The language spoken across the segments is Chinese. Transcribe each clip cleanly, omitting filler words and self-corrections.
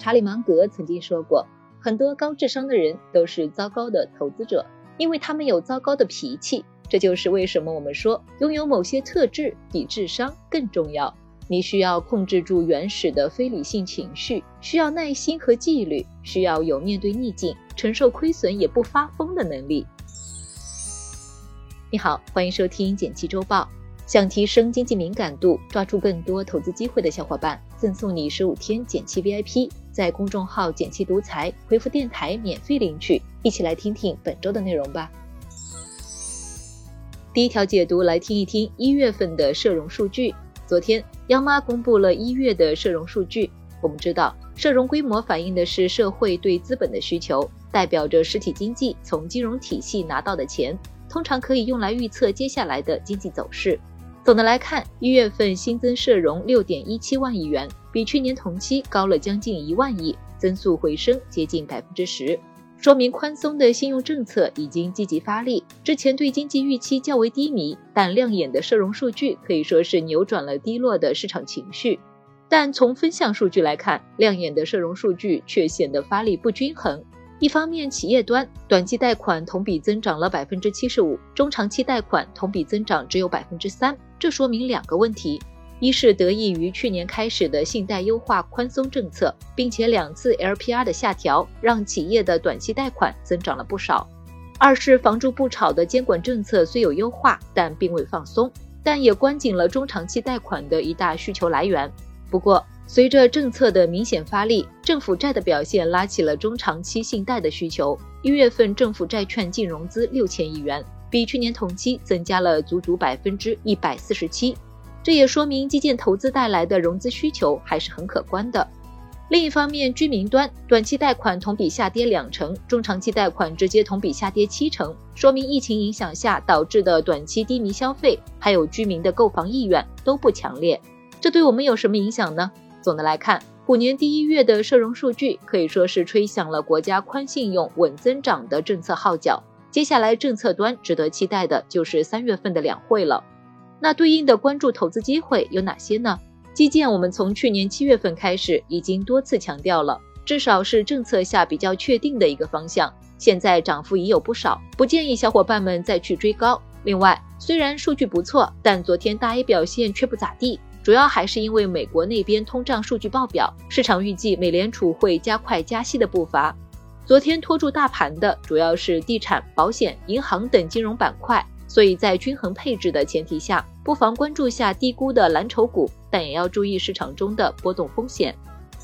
查理芒格曾经说过，很多高智商的人都是糟糕的投资者，因为他们有糟糕的脾气。这就是为什么我们说拥有某些特质比智商更重要。你需要控制住原始的非理性情绪，需要耐心和纪律，需要有面对逆境、承受亏损也不发疯的能力。你好，欢迎收听简七周报。想提升经济敏感度，抓住更多投资机会的小伙伴，赠送你15天简七 VIP， 在公众号简七独裁回复电台免费领取。一起来听听本周的内容吧。第一条解读，来听一听1月份的社融数据。昨天央妈公布了1月的社融数据。我们知道，社融规模反映的是社会对资本的需求，代表着实体经济从金融体系拿到的钱，通常可以用来预测接下来的经济走势。总的来看，1月份新增社融 6.17 万亿元，比去年同期高了将近1万亿，增速回升接近 10%， 说明宽松的信用政策已经积极发力。之前对经济预期较为低迷，但亮眼的社融数据可以说是扭转了低落的市场情绪。但从分项数据来看，亮眼的社融数据却显得发力不均衡。一方面，企业端短期贷款同比增长了 75%， 中长期贷款同比增长只有 3%， 这说明2个问题。一是得益于去年开始的信贷优化宽松政策，并且2次 LPR 的下调让企业的短期贷款增长了不少。二是房住不炒的监管政策虽有优化，但并未放松，但也关紧了中长期贷款的一大需求来源。不过随着政策的明显发力，政府债的表现拉起了中长期信贷的需求。1月份政府债券净融资6000亿元，比去年同期增加了足足 147%， 这也说明基建投资带来的融资需求还是很可观的。另一方面，居民端短期贷款同比下跌20%，中长期贷款直接同比下跌70%，说明疫情影响下导致的短期低迷消费还有居民的购房意愿都不强烈。这对我们有什么影响呢？总的来看，虎年第1月的社融数据可以说是吹响了国家宽信用稳增长的政策号角。接下来政策端值得期待的就是3月份的两会了。那对应的关注投资机会有哪些呢？基建我们从去年7月份开始已经多次强调了，至少是政策下比较确定的一个方向，现在涨幅已有不少，不建议小伙伴们再去追高。另外，虽然数据不错，但昨天大 A 表现却不咋地，主要还是因为美国那边通胀数据爆表，市场预计美联储会加快加息的步伐。昨天拖住大盘的主要是地产、保险、银行等金融板块，所以在均衡配置的前提下，不妨关注下低估的蓝筹股，但也要注意市场中的波动风险。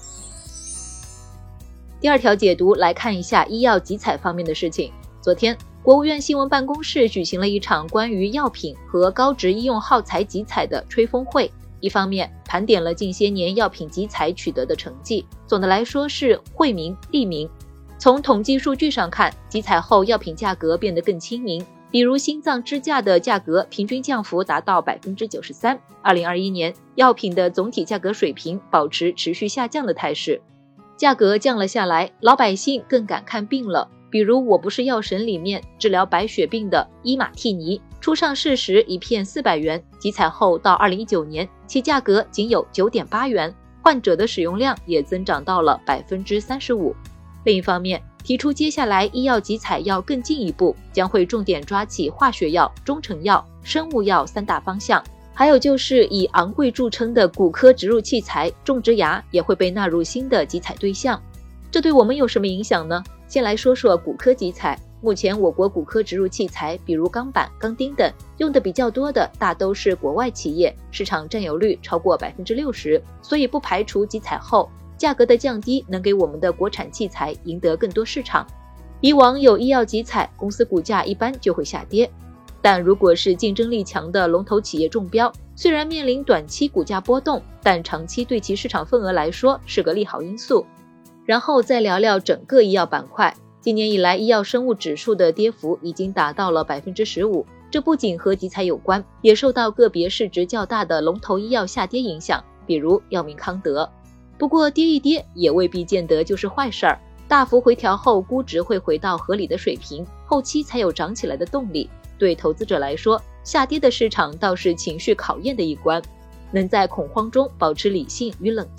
第二条解读，来看一下医药集采方面的事情。昨天国务院新闻办公室举行了一场关于药品和高值医用耗材集采的吹风会，一方面盘点了近些年药品集采取得的成绩，总的来说是惠民利民。从统计数据上看，集采后药品价格变得更亲民，比如心脏支架的价格平均降幅达到 93%。 2021年药品的总体价格水平保持持续下降的态势，价格降了下来，老百姓更敢看病了。比如我不是药神里面治疗白血病的伊马替尼，初上市时一片400元，集采后到2019年其价格仅有 9.8 元，患者的使用量也增长到了 35%。 另一方面，提出接下来医药集采要更进一步，将会重点抓起化学药、中成药、生物药3大方向，还有就是以昂贵著称的骨科植入器材、种植牙也会被纳入新的集采对象。这对我们有什么影响呢？先来说说骨科集采。目前我国骨科植入器材，比如钢板、钢钉等，用的比较多的大都是国外企业，市场占有率超过 60%， 所以不排除集采后价格的降低能给我们的国产器材赢得更多市场。以往有医药集采，公司股价一般就会下跌，但如果是竞争力强的龙头企业中标，虽然面临短期股价波动，但长期对其市场份额来说是个利好因素。然后再聊聊整个医药板块，今年以来医药生物指数的跌幅已经达到了 15%， 这不仅和集采有关，也受到个别市值较大的龙头医药下跌影响，比如药明康德。不过跌一跌也未必见得就是坏事儿，大幅回调后估值会回到合理的水平，后期才有涨起来的动力。对投资者来说，下跌的市场倒是情绪考验的一关，能在恐慌中保持理性与冷静，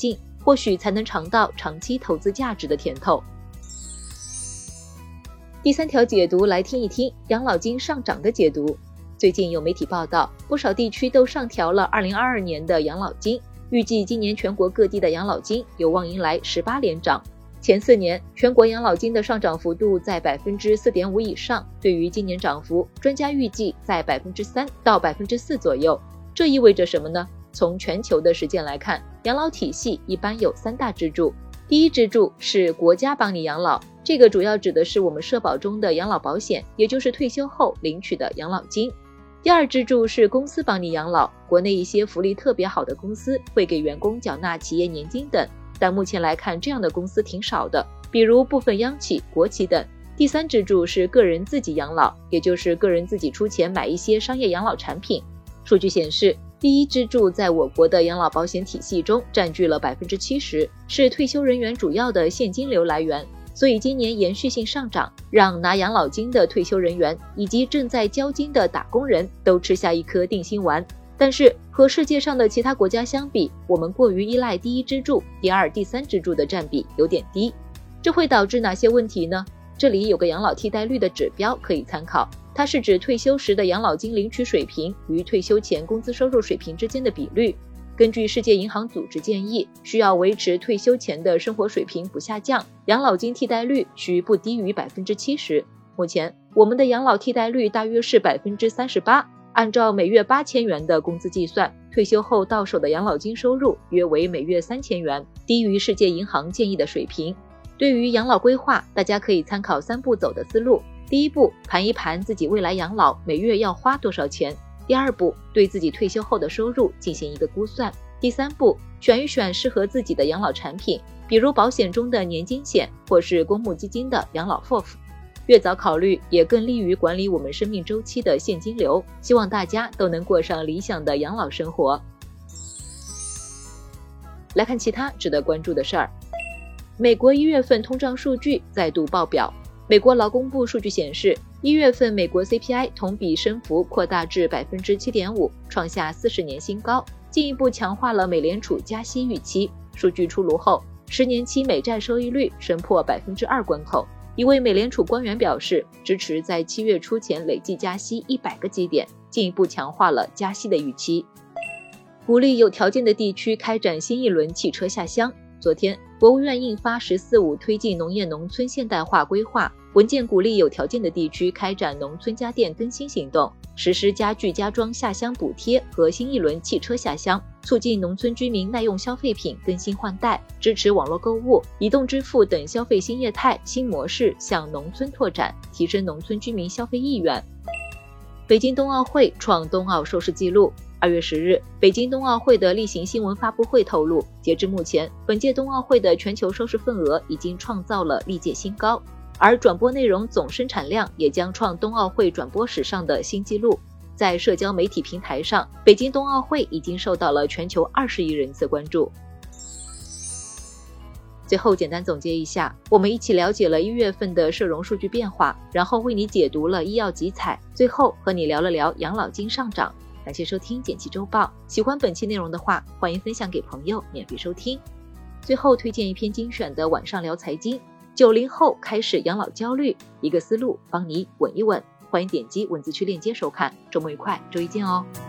或许才能尝到长期投资价值的甜头。第3条解读，来听一听养老金上涨的解读。最近有媒体报道，不少地区都上调了2022年的养老金，预计今年全国各地的养老金有望迎来18连涨。前4年全国养老金的上涨幅度在 4.5% 以上，对于今年涨幅，专家预计在 3% 到 4% 左右。这意味着什么呢？从全球的实践来看，养老体系一般有3大支柱。第一支柱是国家帮你养老，这个主要指的是我们社保中的养老保险，也就是退休后领取的养老金。第二支柱是公司帮你养老，国内一些福利特别好的公司会给员工缴纳企业年金等，但目前来看这样的公司挺少的，比如部分央企、国企等。第三支柱是个人自己养老，也就是个人自己出钱买一些商业养老产品。数据显示，第一支柱在我国的养老保险体系中占据了 70%， 是退休人员主要的现金流来源。所以今年延续性上涨，让拿养老金的退休人员以及正在交金的打工人都吃下一颗定心丸。但是和世界上的其他国家相比，我们过于依赖第一支柱，第二、第三支柱的占比有点低。这会导致哪些问题呢？这里有个养老替代率的指标可以参考，它是指退休时的养老金领取水平与退休前工资收入水平之间的比率。根据世界银行组织建议，需要维持退休前的生活水平不下降，养老金替代率需不低于 70%。 目前我们的养老替代率大约是 38%， 按照每月8000元的工资计算，退休后到手的养老金收入约为每月3000元，低于世界银行建议的水平。对于养老规划，大家可以参考3步走的思路。第一步，盘一盘自己未来养老每月要花多少钱。第二步，对自己退休后的收入进行一个估算。第三步，选一选适合自己的养老产品，比如保险中的年金险或是公募基金的养老 FOF。 越早考虑，也更利于管理我们生命周期的现金流。希望大家都能过上理想的养老生活。来看其他值得关注的事儿。美国1月份通胀数据再度爆表。美国劳工部数据显示，1月份美国 CPI 同比升幅扩大至 7.5%， 创下40年新高，进一步强化了美联储加息预期。数据出炉后，10年期美债收益率升破 2% 关口。一位美联储官员表示，支持在7月初前累计加息100个基点，进一步强化了加息的预期。鼓励有条件的地区开展新一轮汽车下乡。昨天，国务院印发“14·5”推进农业农村现代化规划文件，鼓励有条件的地区开展农村家电更新行动，实施家具家装下乡补贴和新一轮汽车下乡，促进农村居民耐用消费品更新换代，支持网络购物、移动支付等消费新业态新模式向农村拓展，提升农村居民消费意愿。北京冬奥会创冬奥收视纪录。2月10日，北京冬奥会的例行新闻发布会透露，截至目前，本届冬奥会的全球收视份额已经创造了历届新高，而转播内容总生产量也将创冬奥会转播史上的新纪录。在社交媒体平台上，北京冬奥会已经受到了全球20亿人次关注。最后简单总结一下，我们一起了解了1月份的社融数据变化，然后为你解读了医药集采，最后和你聊了聊养老金上涨。感谢收听简七周报，喜欢本期内容的话，欢迎分享给朋友免费收听。最后推荐一篇精选的晚上聊财经，90后开始养老焦虑，一个思路帮你稳一稳。欢迎点击文字区链接收看，周末愉快，周一见哦。